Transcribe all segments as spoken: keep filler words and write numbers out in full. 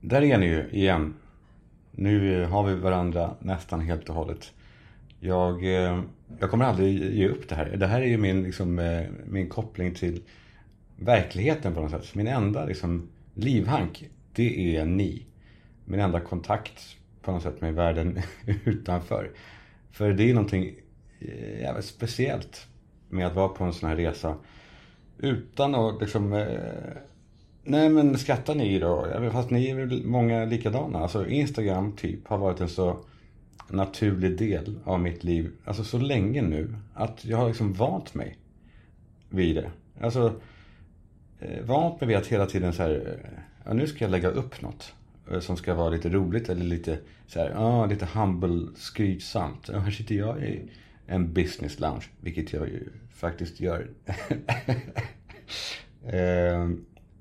Där är ni ju igen. Nu har vi varandra nästan helt och hållet. Jag, jag kommer aldrig ge upp det här. Det här är ju min, liksom, min koppling till verkligheten på något sätt. Min enda liksom, livhank, det är ni. Min enda kontakt på något sätt med världen utanför. För det är någonting jävligt speciellt med att vara på en sån här resa. Utan att liksom... Nej, men skrattar ni då? Fast ni är väl många likadana. Alltså Instagram typ har varit en så naturlig del av mitt liv. Alltså så länge nu. Att jag har liksom vant mig vid det. Alltså vant mig vid att hela tiden så här. Ja, nu ska jag lägga upp något. Som ska vara lite roligt eller lite så här. Ja, lite humble, skrytsamt. Och här sitter jag i en business lounge. Vilket jag ju faktiskt gör. Ehm.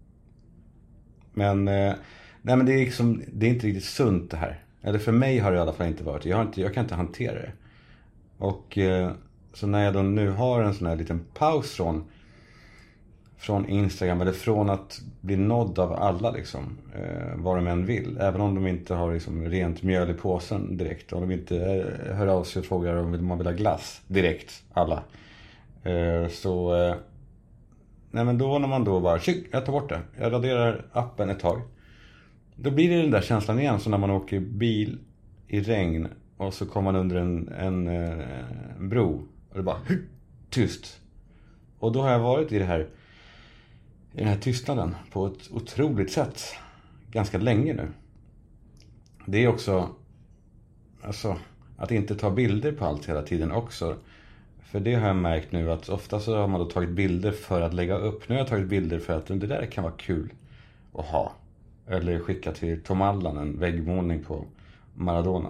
Men, nej, men det, är liksom, det är inte riktigt sunt det här. Eller för mig har det i alla fall inte varit. Jag, har inte, jag kan inte hantera det. Och så när jag då nu har en sån här liten paus från, från Instagram. Eller från att bli nådd av alla liksom. Eh, vad de än vill. Även om de inte har liksom, rent mjöl i påsen direkt. Om de inte eh, hör av sig och frågar om man vill ha glass direkt. Alla. Eh, så... Eh, Nej, men då när man då bara, jag tar bort det. Jag raderar appen ett tag. Då blir det den där känslan igen. Så när man åker bil i regn. Och så kommer man under en, en, en bro. Och det bara, tyst. Och då har jag varit i det här. I den här tystnaden. På ett otroligt sätt. Ganska länge nu. Det är också. Alltså. Att inte ta bilder på allt hela tiden också. För det har jag märkt nu att ofta så har man då tagit bilder för att lägga upp. Nu har jag tagit bilder för att det där kan vara kul att ha. Eller skicka till Tom Allan en väggmålning på Maradona.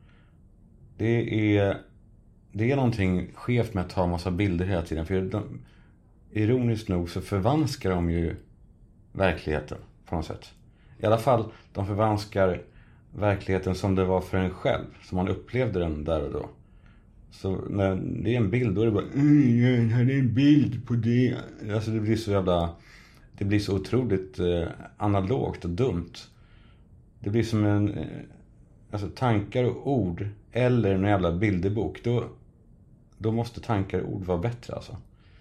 Det är, det är någonting skevt med att ta en massa bilder hela tiden. För de, ironiskt nog så förvanskar de ju verkligheten på något sätt. I alla fall, de förvanskar verkligheten som det var för en själv. Som man upplevde den där och då. Så när det är en bild då är det bara mm, här är en bild på det. Alltså det blir så jävla det blir så otroligt eh, analogt och dumt. Det blir som en eh, alltså tankar och ord eller en jävla bilderbok. Då, då måste tankar och ord vara bättre alltså.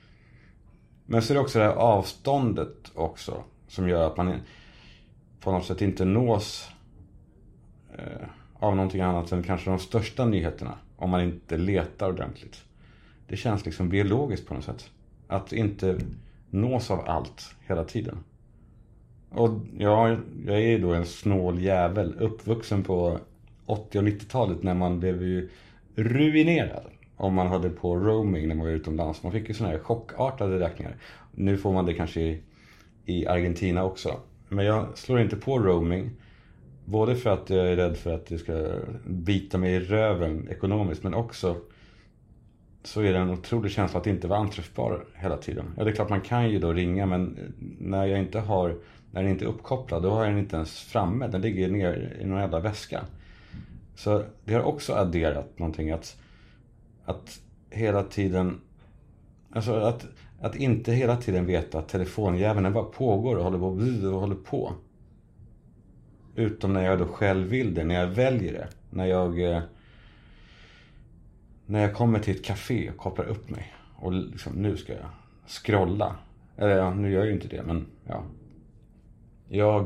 Men så är det också det här avståndet också som gör att man på något sätt inte nås eh, av någonting annat än kanske de största nyheterna. Om man inte letar ordentligt. Det känns liksom biologiskt på något sätt. Att inte nås av allt hela tiden. Och ja, jag är ju då en snål jävel. Uppvuxen på åttio- och nittiotalet när man blev ju ruinerad. Om man hade på roaming när man var utomlands. Man fick ju sådana här chockartade räkningar. Nu får man det kanske i, i Argentina också. Men jag slår inte på roaming. Både för att jag är rädd för att det ska bita mig i röven ekonomiskt. Men också så är det en otrolig känsla att inte vara anträffbar hela tiden. Ja, det är klart man kan ju då ringa. Men när jag inte har, när den inte är uppkopplad, då har jag den inte ens framme. Den ligger ner i någon jävla väska. Så det har också adderat någonting. Att, att hela tiden, alltså att, att inte hela tiden veta att telefonjäveln bara pågår och håller på och håller på. Utom när jag då själv vill det, när jag väljer det. När jag när jag kommer till ett café och kopplar upp mig. Och liksom, nu ska jag scrolla. Eller ja, nu gör jag ju inte det, men ja. Jag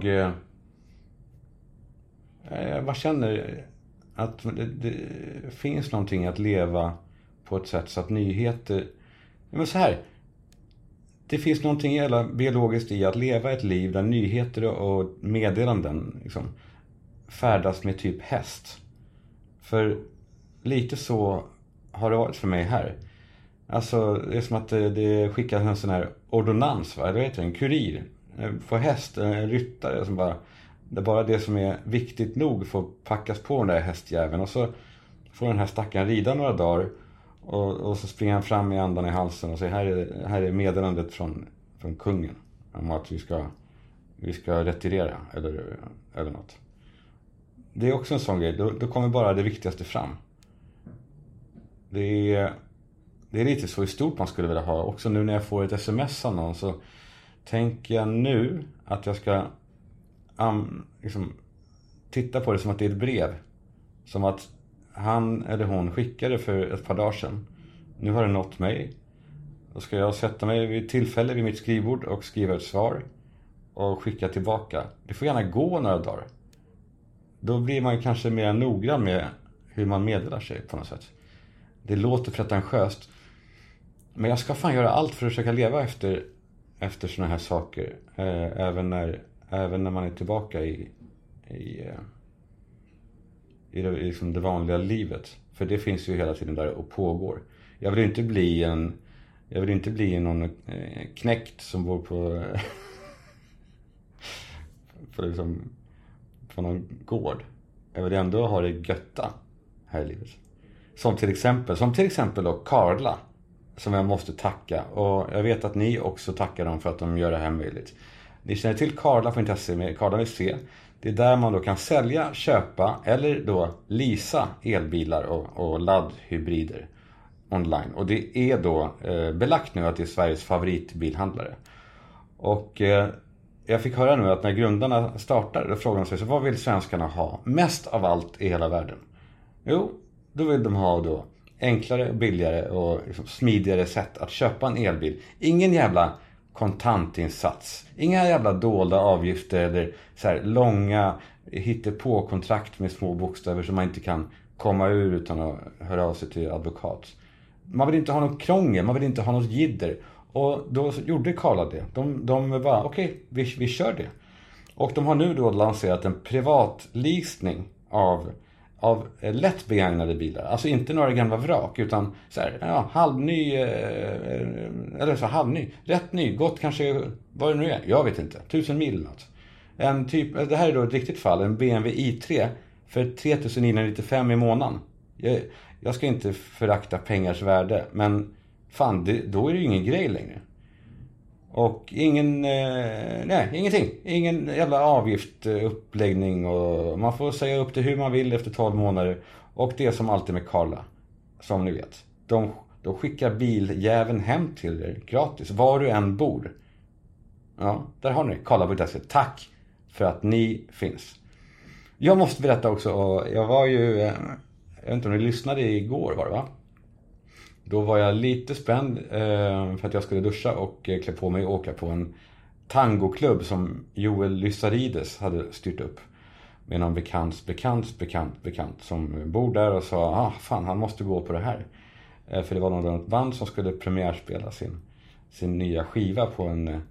jag bara känner att det, det finns någonting att leva på ett sätt så att nyheter. Men så här. Det finns någonting jävla biologiskt i att leva ett liv där nyheter och meddelanden liksom färdas med typ häst. För lite så har det varit för mig här. Alltså det är som att det, det skickas en sån här ordonnans, va? Eller vet du, en kurir på häst, en ryttare som bara, det är bara det som är viktigt nog får packas på den där hästjäveln. Och så får den här stackaren rida några dagar. Och, och så springer han fram med andan i halsen och säger här är, här är meddelandet från, från kungen om att vi ska, vi ska retirera eller, eller något. Det är också en sån grej. Då, då kommer bara det viktigaste fram. Det är, det är lite så i stort man skulle vilja ha. Också nu när jag får ett sms av någon så tänker jag nu att jag ska um, liksom, titta på det som att det är ett brev. Som att han eller hon skickade för ett par dagar sedan. Nu har det nått mig. Då ska jag sätta mig vid tillfälle vid mitt skrivbord och skriva ett svar. Och skicka tillbaka. Det får gärna gå några dagar. Då blir man kanske mer noggrann med hur man meddelar sig på något sätt. Det låter pretentiöst. Men jag ska fan göra allt för att försöka leva efter, efter såna här saker. Eh, även, när, även när man är tillbaka i, i, eh, i, det, i liksom det vanliga livet. För det finns ju hela tiden där och pågår. Jag vill inte bli en jag vill inte bli någon eh, knäckt som bor på på, liksom, på någon gård. Jag vill ändå ha det götta här i livet. Som till exempel, som till exempel då Karla. Som jag måste tacka. Och jag vet att ni också tackar dem för att de gör det här möjligt. Ni känner till Karla punkt se med Karla med C. Det är där man då kan sälja, köpa eller då leasa elbilar och, och laddhybrider online. Och det är då eh, belagt nu att det är Sveriges favoritbilhandlare. Och eh, jag fick höra nu att när grundarna startade, då frågade de sig så vad vill svenskarna ha mest av allt i hela världen? Jo, då vill de ha då enklare, billigare och liksom smidigare sätt att köpa en elbil. Ingen jävla kontantinsats. Inga jävla dolda avgifter eller så här långa hittepå-kontrakt med små bokstäver som man inte kan komma ur utan att höra av sig till advokat. Man vill inte ha något krångel, man vill inte ha något jidder. Och då gjorde Karla det. De, de bara, okej, okay, vi, vi kör det. Och de har nu då lanserat en privatleasning av av lätt begagnade bilar. Alltså inte några gamla vrak utan så här, ja, halvny eller så halvny, rätt ny, gott kanske vad det nu är, jag vet inte, tusen mil eller något. En typ, det här är då ett riktigt fall, en B M W i tre för tre tusen niohundranittiofem i månaden. Jag, jag ska inte förakta pengars värde, men fan, det, då är det ju ingen grej längre. Och ingen, eh, nej, ingenting. Ingen jävla avgiftuppläggning och man får säga upp det hur man vill efter tolv månader. Och det är som alltid med Karla, som ni vet. De, de skickar biljäveln hem till er gratis, var du än bor. Ja, där har ni Karla punkt se. Tack för att ni finns. Jag måste berätta också, och jag var ju, jag vet inte om ni lyssnade igår var det va? Då var jag lite spänd eh, för att jag skulle duscha och eh, klä på mig och åka på en tangoklubb som Joel Lysarides hade styrt upp. Med någon bekants, bekants, bekant, bekant som bor där och sa, ah fan han måste gå på det här. Eh, för det var något band som skulle premiärspela sin, sin nya skiva på en eh,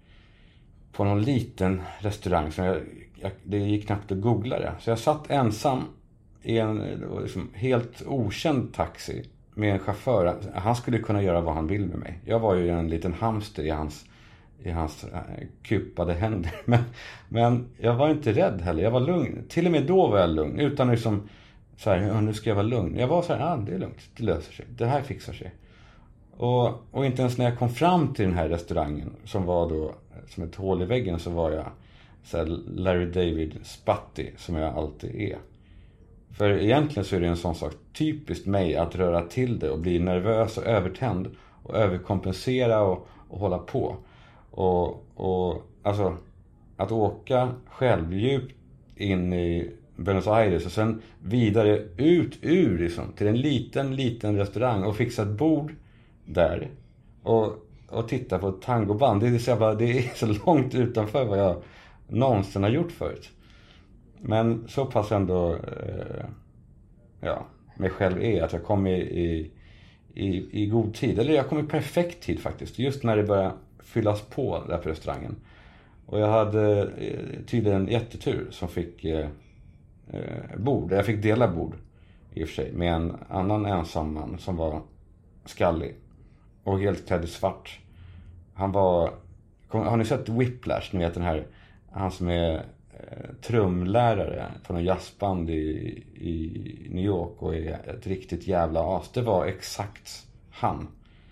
på någon liten restaurang. Så jag, jag, det gick knappt att googla det. Så jag satt ensam i en liksom, helt okänd taxi. Med en chaufför. Han skulle kunna göra vad han vill med mig. Jag var ju en liten hamster i hans, i hans äh, kupade händer. Men, men jag var inte rädd heller. Jag var lugn. Till och med då var jag lugn. Utan liksom så här, nu ska jag vara lugn. Jag var så här, ja ah, det är lugnt. Det löser sig. Det här fixar sig. Och, och inte ens när jag kom fram till den här restaurangen. Som var då som ett hål i väggen. Så var jag så här Larry David Spatty. Som jag alltid är. För egentligen så är det en sån sak typiskt mig att röra till det och bli nervös och övertänd och överkompensera och, och hålla på. Och, och alltså att åka själv djupt in i Buenos Aires och sen vidare ut ur liksom, till en liten, liten restaurang och fixa ett bord där och, och titta på ett tangoband. Det är, så jävla, det är så långt utanför vad jag någonsin har gjort förut. Men så pass ändå eh, ja, mig själv är att jag kom i, i, i, i god tid. Eller jag kom i perfekt tid faktiskt. Just när det började fyllas på där på restaurangen. Och jag hade eh, tydligen jättetur som fick eh, eh, bord. Jag fick dela bord i och för sig med en annan ensam man som var skallig. Och helt klädd i svart. Han var, har ni sett Whiplash? Ni vet den här, han som är trumlärare på någon jazzband i, i New York och är ett riktigt jävla as. Det var exakt han.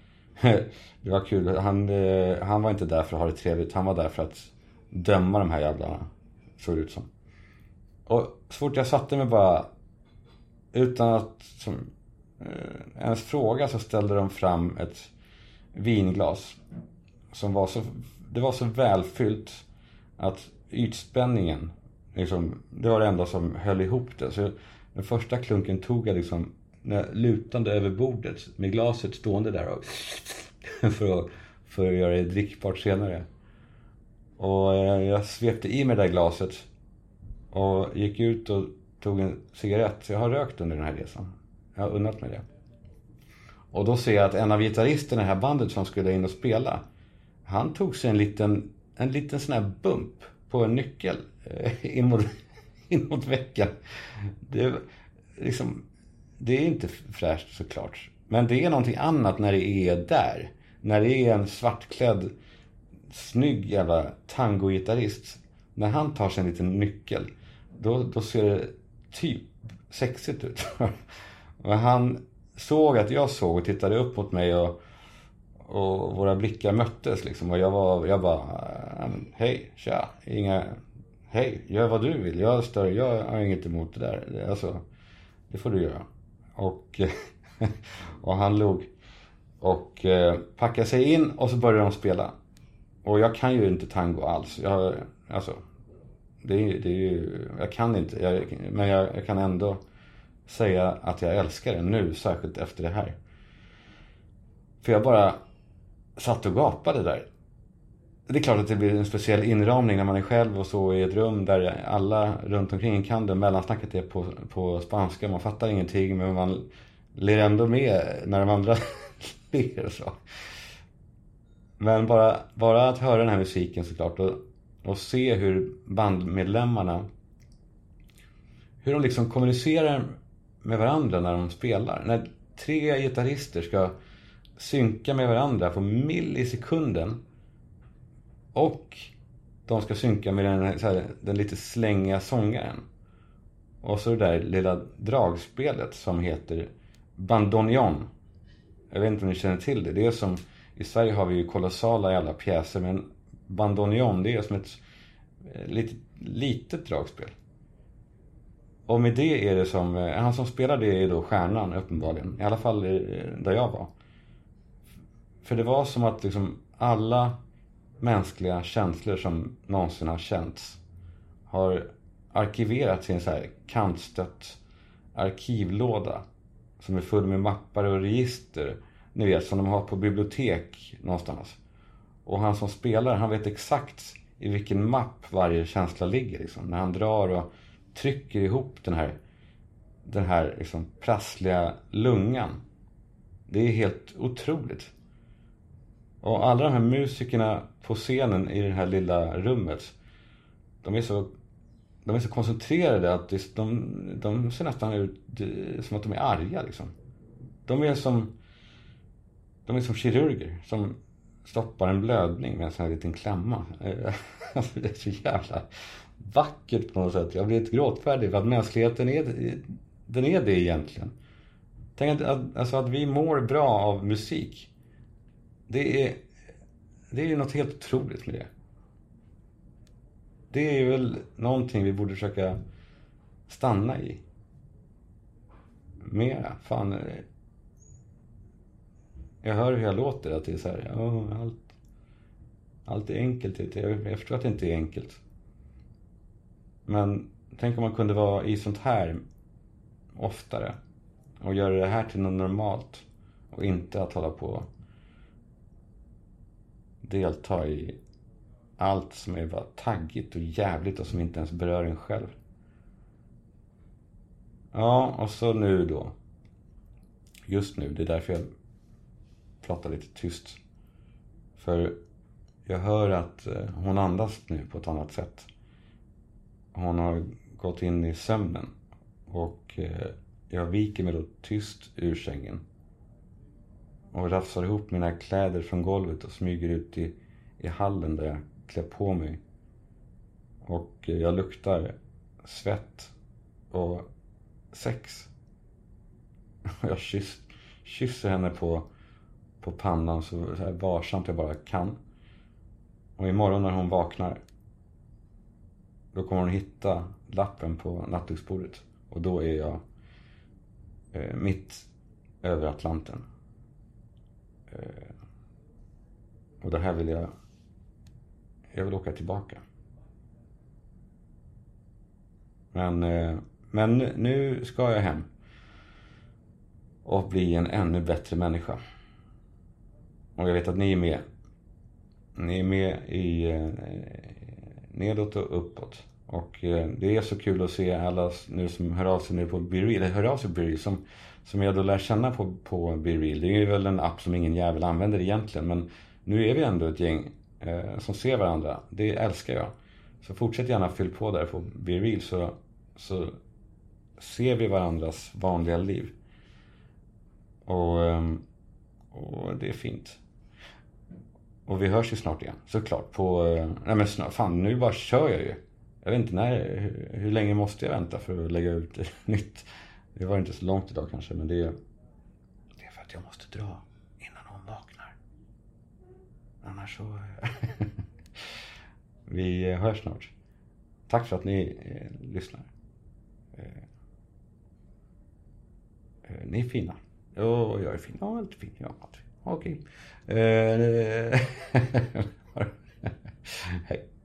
Det var kul. Han, han var inte där för att ha det trevligt. Han var där för att döma de här jävlarna. Såg det ut som. Och så fort jag satte mig bara utan att som, eh, ens fråga så ställde de fram ett vinglas som var så, det var så välfyllt att ytspänningen liksom, det var det enda som höll ihop det. Så den första klunken tog jag liksom lutande över bordet med glaset stående där och för, att, för att göra det drickbart senare. Och jag svepte i mig det där glaset och gick ut och tog en cigarett. Så jag har rökt under den här resan. Jag har unnat mig det. Och då ser jag att en av gitarristerna i det här bandet som skulle in och spela, han tog sig en liten, en liten sån här bump på en nyckel in mot, in mot väggen. Det, liksom, det är inte fräscht såklart. Men det är någonting annat när det är där. När det är en svartklädd, snygg jävla tango-gitarrist. När han tar sig en liten nyckel, då, då ser det typ sexigt ut. Och han såg att jag såg och tittade upp mot mig och, och våra blickar möttes liksom. Och jag var, jag bara, hej, tja, inga, hej, gör vad du vill. Jag, stör, jag har inget emot det där. Alltså, det får du göra. Och, och han log och eh, packade sig in och så började de spela. Och jag kan ju inte tango alls. Jag, alltså, det är, det är ju, jag kan inte, jag, men jag, jag kan ändå säga att jag älskar det nu, särskilt efter det här. För jag bara satt och gapade där. Det är klart att det blir en speciell inramning när man är själv och så i ett rum där alla runt omkring kan det. Mellansnacket är på, på spanska, man fattar ingenting, men man ler ändå med när de andra ler och så. Men bara, bara att höra den här musiken såklart och, och se hur bandmedlemmarna, hur de liksom kommunicerar med varandra när de spelar. När tre gitarrister ska synka med varandra på millisekunden och de ska synka med den, så här, den lite slängiga sångaren. Och så det där lilla dragspelet som heter bandoneon. Jag vet inte om ni känner till det. Det är som, i Sverige har vi ju kolossala jävla pjäser, men bandoneon, det är som ett litet, litet dragspel. Och med det är det som, han som spelar det är då stjärnan uppenbarligen. I alla fall där jag var. För det var som att liksom alla mänskliga känslor som någonsin har känts har arkiverats i en så här kantstött arkivlåda som är full med mappar och register, ni vet, som de har på bibliotek någonstans. Och han som spelar, han vet exakt i vilken mapp varje känsla ligger liksom. När han drar och trycker ihop den här den här liksom prassliga lungan. Det är helt otroligt. Och alla de här musikerna på scenen i det här lilla rummet, de är så de är så koncentrerade att det, de, de ser nästan ut som att de är arga liksom. De är som de är som kirurger som stoppar en blödning med en sån här liten klämma. Alltså det är så jävla vackert på något sätt. Jag blir ett gråtfärdig för att mänskligheten är, den är det egentligen. Tänk att, alltså att vi mår bra av musik. Det är, det är ju något helt otroligt med det. Det är väl någonting vi borde försöka stanna i. Mera, fan. Jag hör hur jag låter, att det är så här, ja, allt, allt är enkelt. Jag, jag förstår att det inte är enkelt. Men tänk om man kunde vara i sånt här oftare. Och göra det här till något normalt. Och inte att hålla på delta i allt som är bara taggigt och jävligt och som inte ens berör en själv. Ja, och så nu då. Just nu, det är därför jag pratar lite tyst. För jag hör att hon andas nu på ett annat sätt. Hon har gått in i sömnen. Och jag viker mig då tyst ur sängen. Och rafsar ihop mina kläder från golvet och smyger ut i, i hallen där jag klär på mig. Och jag luktar svett och sex. Jag kyss, kysser henne på, på pannan så, så här varsamt jag bara kan. Och imorgon när hon vaknar, då kommer hon hitta lappen på nattduksbordet. Och då är jag eh, mitt över Atlanten. Eh, och det här vill jag... Jag vill åka tillbaka. Men, eh, men nu ska jag hem. Och bli en ännu bättre människa. Och jag vet att ni är med. Ni är med i eh, nedåt och uppåt. Och eh, det är så kul att se alla nu som hör av sig nu på BeReal. Eller hör av sig på BeReal som, som jag då lär känna på, på BeReal. Det är ju väl en app som ingen jävel använder egentligen. Men nu är vi ändå ett gäng eh, som ser varandra. Det älskar jag. Så fortsätt gärna fyll på där på BeReal så, så ser vi varandras vanliga liv. Och, och det är fint. Och vi hörs ju snart igen, såklart. På, nej men snart, fan nu bara kör jag ju. Jag vet inte när, hur, hur länge måste jag vänta för att lägga ut ett nytt. Det var inte så långt idag kanske, men det är, det är för att jag måste dra innan hon vaknar. Annars så... Vi hörs snart. Tack för att ni eh, lyssnar. Eh, eh, ni är fina. Ja, jag är fin. Ja, allt fin. Ja, allt fin. Okej. Eh, hej.